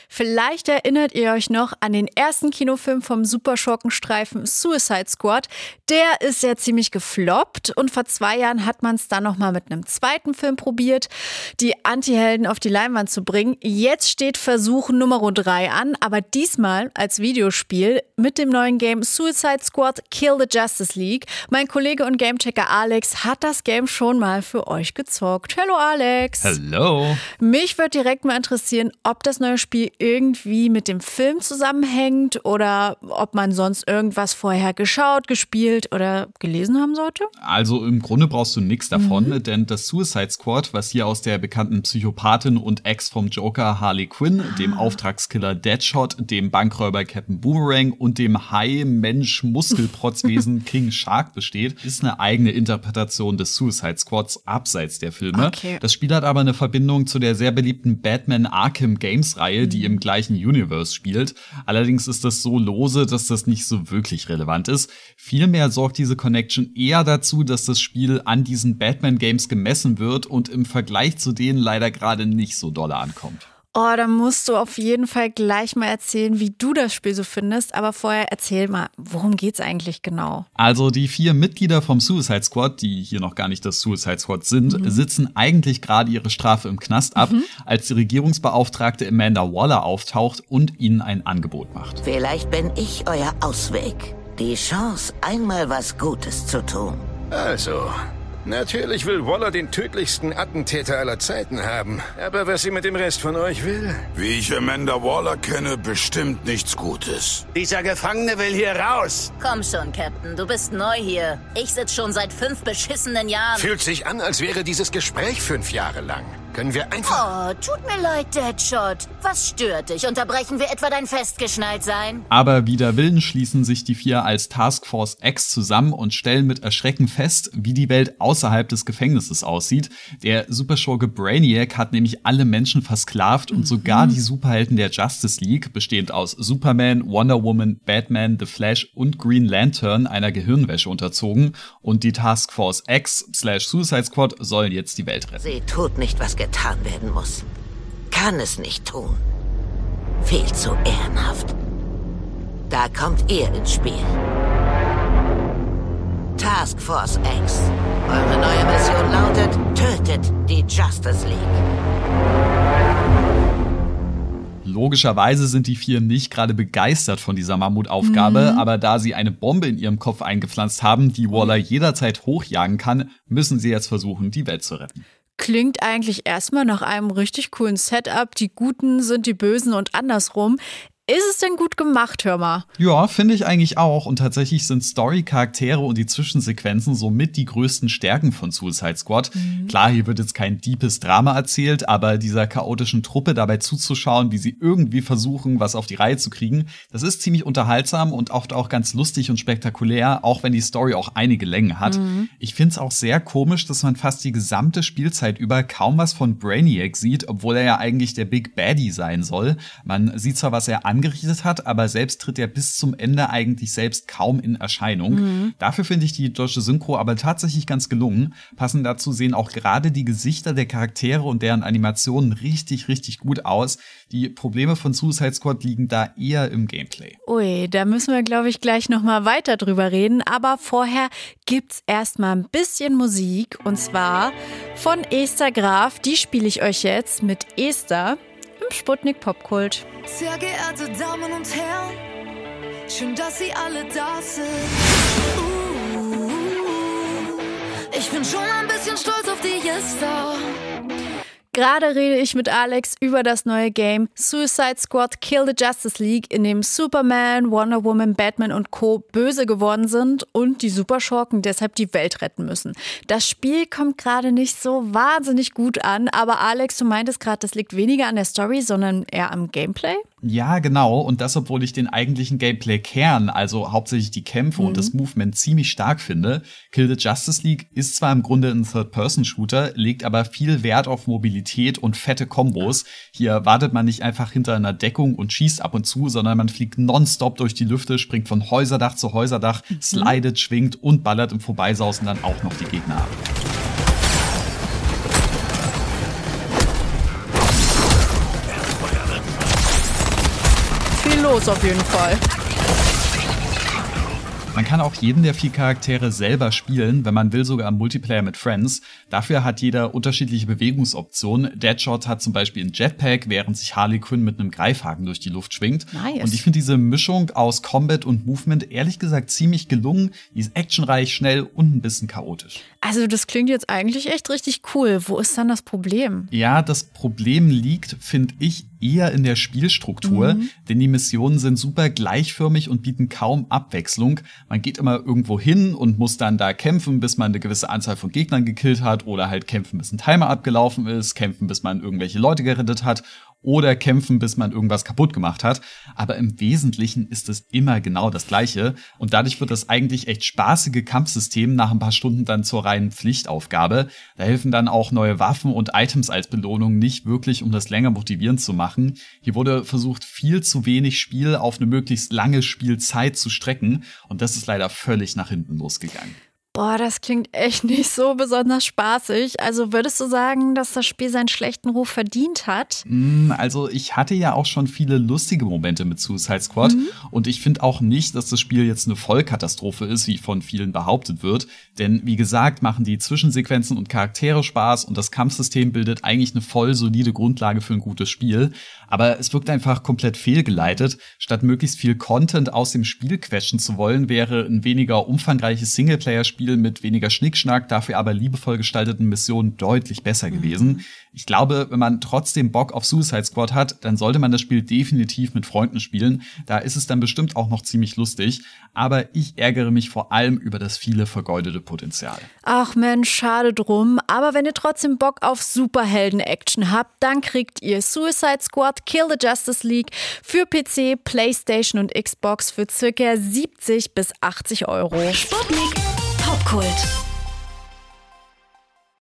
Vielleicht erinnert ihr euch noch an den ersten Kinofilm vom Superschurkenstreifen Suicide Squad. Der ist ja ziemlich gefloppt und vor 2 Jahren hat man es dann nochmal mit einem zweiten Film probiert, die Antihelden auf die Leinwand zu bringen. Jetzt steht Versuch Nummer 3 an, aber diesmal als Videospiel mit dem neuen Game Suicide Squad Kill the Justice League. Mein Kollege und Gamechecker Alex hat das Game schon mal für euch gezockt. Hallo Alex. Hallo. Mich würde direkt mal interessieren, ob das neue Spiel irgendwie mit dem Film zusammenhängt oder ob man sonst irgendwas vorher geschaut, gespielt oder gelesen haben sollte? Also im Grunde brauchst du nichts davon, denn das Suicide Squad, was hier aus der bekannten Psychopathin und Ex vom Joker Harley Quinn, dem Auftragskiller Deadshot, dem Bankräuber Captain Boomerang und dem Hai-Mensch-Muskelprotzwesen King Shark besteht, ist eine eigene Interpretation des Suicide Squads abseits der Filme. Okay. Das Spiel hat aber eine Verbindung zu der sehr beliebten Batman Arkham Games-Reihe, die im gleichen Universe spielt. Allerdings ist das so lose, dass das nicht so wirklich relevant ist. Vielmehr sorgt diese Connection eher dazu, dass das Spiel an diesen Batman-Games gemessen wird und im Vergleich zu denen leider gerade nicht so dolle ankommt. Oh, da musst du auf jeden Fall gleich mal erzählen, wie du das Spiel so findest. Aber vorher erzähl mal, worum geht's eigentlich genau? Also die 4 Mitglieder vom Suicide Squad, die hier noch gar nicht das Suicide Squad sind, sitzen eigentlich gerade ihre Strafe im Knast ab, als die Regierungsbeauftragte Amanda Waller auftaucht und ihnen ein Angebot macht. Vielleicht bin ich euer Ausweg. Die Chance, einmal was Gutes zu tun. Also, natürlich will Waller den tödlichsten Attentäter aller Zeiten haben. Aber was sie mit dem Rest von euch will? Wie ich Amanda Waller kenne, bestimmt nichts Gutes. Dieser Gefangene will hier raus. Komm schon, Captain, du bist neu hier. Ich sitze schon seit 5 beschissenen Jahren. Fühlt sich an, als wäre dieses Gespräch 5 Jahre lang. Können wir einfach... Oh, tut mir leid, Deadshot. Was stört dich? Unterbrechen wir etwa dein Festgeschnallt-Sein? Aber wider Willen schließen sich die 4 als Task Force X zusammen und stellen mit Erschrecken fest, wie die Welt außerhalb des Gefängnisses aussieht. Der Superschurke Brainiac hat nämlich alle Menschen versklavt und sogar die Superhelden der Justice League, bestehend aus Superman, Wonder Woman, Batman, The Flash und Green Lantern, einer Gehirnwäsche unterzogen. Und die Task Force X/Suicide Squad sollen jetzt die Welt retten. Sie tut nicht, was getan werden muss. Kann es nicht tun. Viel zu ehrenhaft. Da kommt ihr ins Spiel. Task Force X. Eure neue Mission lautet, tötet die Justice League. Logischerweise sind die 4 nicht gerade begeistert von dieser Mammutaufgabe, aber da sie eine Bombe in ihrem Kopf eingepflanzt haben, die Waller jederzeit hochjagen kann, müssen sie jetzt versuchen, die Welt zu retten. Klingt eigentlich erstmal nach einem richtig coolen Setup. Die Guten sind die Bösen und andersrum. Ist es denn gut gemacht, hör mal? Ja, finde ich eigentlich auch. Und tatsächlich sind Story, Charaktere und die Zwischensequenzen somit die größten Stärken von Suicide Squad. Klar, hier wird jetzt kein deepes Drama erzählt, aber dieser chaotischen Truppe dabei zuzuschauen, wie sie irgendwie versuchen, was auf die Reihe zu kriegen, das ist ziemlich unterhaltsam und oft auch ganz lustig und spektakulär, auch wenn die Story auch einige Längen hat. Ich finde es auch sehr komisch, dass man fast die gesamte Spielzeit über kaum was von Brainiac sieht, obwohl er ja eigentlich der Big Baddie sein soll. Man sieht zwar, was er angerichtet hat, aber selbst tritt er bis zum Ende eigentlich selbst kaum in Erscheinung. Dafür finde ich die deutsche Synchro aber tatsächlich ganz gelungen. Passend dazu sehen auch gerade die Gesichter der Charaktere und deren Animationen richtig, richtig gut aus. Die Probleme von Suicide Squad liegen da eher im Gameplay. Ui, da müssen wir, glaube ich, gleich noch mal weiter drüber reden. Aber vorher gibt's erstmal ein bisschen Musik. Und zwar von Esther Graf. Die spiele ich euch jetzt mit Esther im Sputnik Popkult. Sehr geehrte Damen und Herren, schön, dass Sie alle da sind. Ich bin schon ein bisschen stolz auf die Esther. Gerade rede ich mit Alex über das neue Game Suicide Squad Kill the Justice League, in dem Superman, Wonder Woman, Batman und Co. böse geworden sind und die Superschurken deshalb die Welt retten müssen. Das Spiel kommt gerade nicht so wahnsinnig gut an, aber Alex, du meintest gerade, das liegt weniger an der Story, sondern eher am Gameplay? Ja, genau. Und das, obwohl ich den eigentlichen Gameplay-Kern, also hauptsächlich die Kämpfe und das Movement, ziemlich stark finde. Kill the Justice League ist zwar im Grunde ein Third-Person-Shooter, legt aber viel Wert auf Mobilität und fette Kombos. Hier wartet man nicht einfach hinter einer Deckung und schießt ab und zu, sondern man fliegt nonstop durch die Lüfte, springt von Häuserdach zu Häuserdach, slidet, schwingt und ballert im Vorbeisausen dann auch noch die Gegner ab. viel los auf jeden Fall. Man kann auch jeden der 4 Charaktere selber spielen, wenn man will sogar im Multiplayer mit Friends. Dafür hat jeder unterschiedliche Bewegungsoptionen. Deadshot hat zum Beispiel einen Jetpack, während sich Harley Quinn mit einem Greifhaken durch die Luft schwingt. Nice. Und ich finde diese Mischung aus Combat und Movement ehrlich gesagt ziemlich gelungen. Die ist actionreich, schnell und ein bisschen chaotisch. Also das klingt jetzt eigentlich echt richtig cool. Wo ist dann das Problem? Ja, das Problem liegt, finde ich, eher in der Spielstruktur, denn die Missionen sind super gleichförmig und bieten kaum Abwechslung. Man geht immer irgendwo hin und muss dann da kämpfen, bis man eine gewisse Anzahl von Gegnern gekillt hat oder halt kämpfen, bis ein Timer abgelaufen ist, kämpfen, bis man irgendwelche Leute gerettet hat oder kämpfen, bis man irgendwas kaputt gemacht hat. Aber im Wesentlichen ist es immer genau das Gleiche. Und dadurch wird das eigentlich echt spaßige Kampfsystem nach ein paar Stunden dann zur reinen Pflichtaufgabe. Da helfen dann auch neue Waffen und Items als Belohnung nicht wirklich, um das länger motivierend zu machen. Hier wurde versucht, viel zu wenig Spiel auf eine möglichst lange Spielzeit zu strecken. Und das ist leider völlig nach hinten losgegangen. Boah, das klingt echt nicht so besonders spaßig. Also würdest du sagen, dass das Spiel seinen schlechten Ruf verdient hat? Also ich hatte ja auch schon viele lustige Momente mit Suicide Squad und ich finde auch nicht, dass das Spiel jetzt eine Vollkatastrophe ist, wie von vielen behauptet wird. Denn wie gesagt, machen die Zwischensequenzen und Charaktere Spaß und das Kampfsystem bildet eigentlich eine voll solide Grundlage für ein gutes Spiel. Aber es wirkt einfach komplett fehlgeleitet. Statt möglichst viel Content aus dem Spiel quetschen zu wollen, wäre ein weniger umfangreiches Singleplayer-Spiel mit weniger Schnickschnack, dafür aber liebevoll gestalteten Missionen deutlich besser gewesen. Ich glaube, wenn man trotzdem Bock auf Suicide Squad hat, dann sollte man das Spiel definitiv mit Freunden spielen. Da ist es dann bestimmt auch noch ziemlich lustig. Aber ich ärgere mich vor allem über das viele vergeudete Potenzial. Ach Mensch, schade drum. Aber wenn ihr trotzdem Bock auf Superhelden-Action habt, dann kriegt ihr Suicide Squad Kill the Justice League für PC, PlayStation und Xbox für ca. 70 bis 80 Euro. Sputnik Popkult.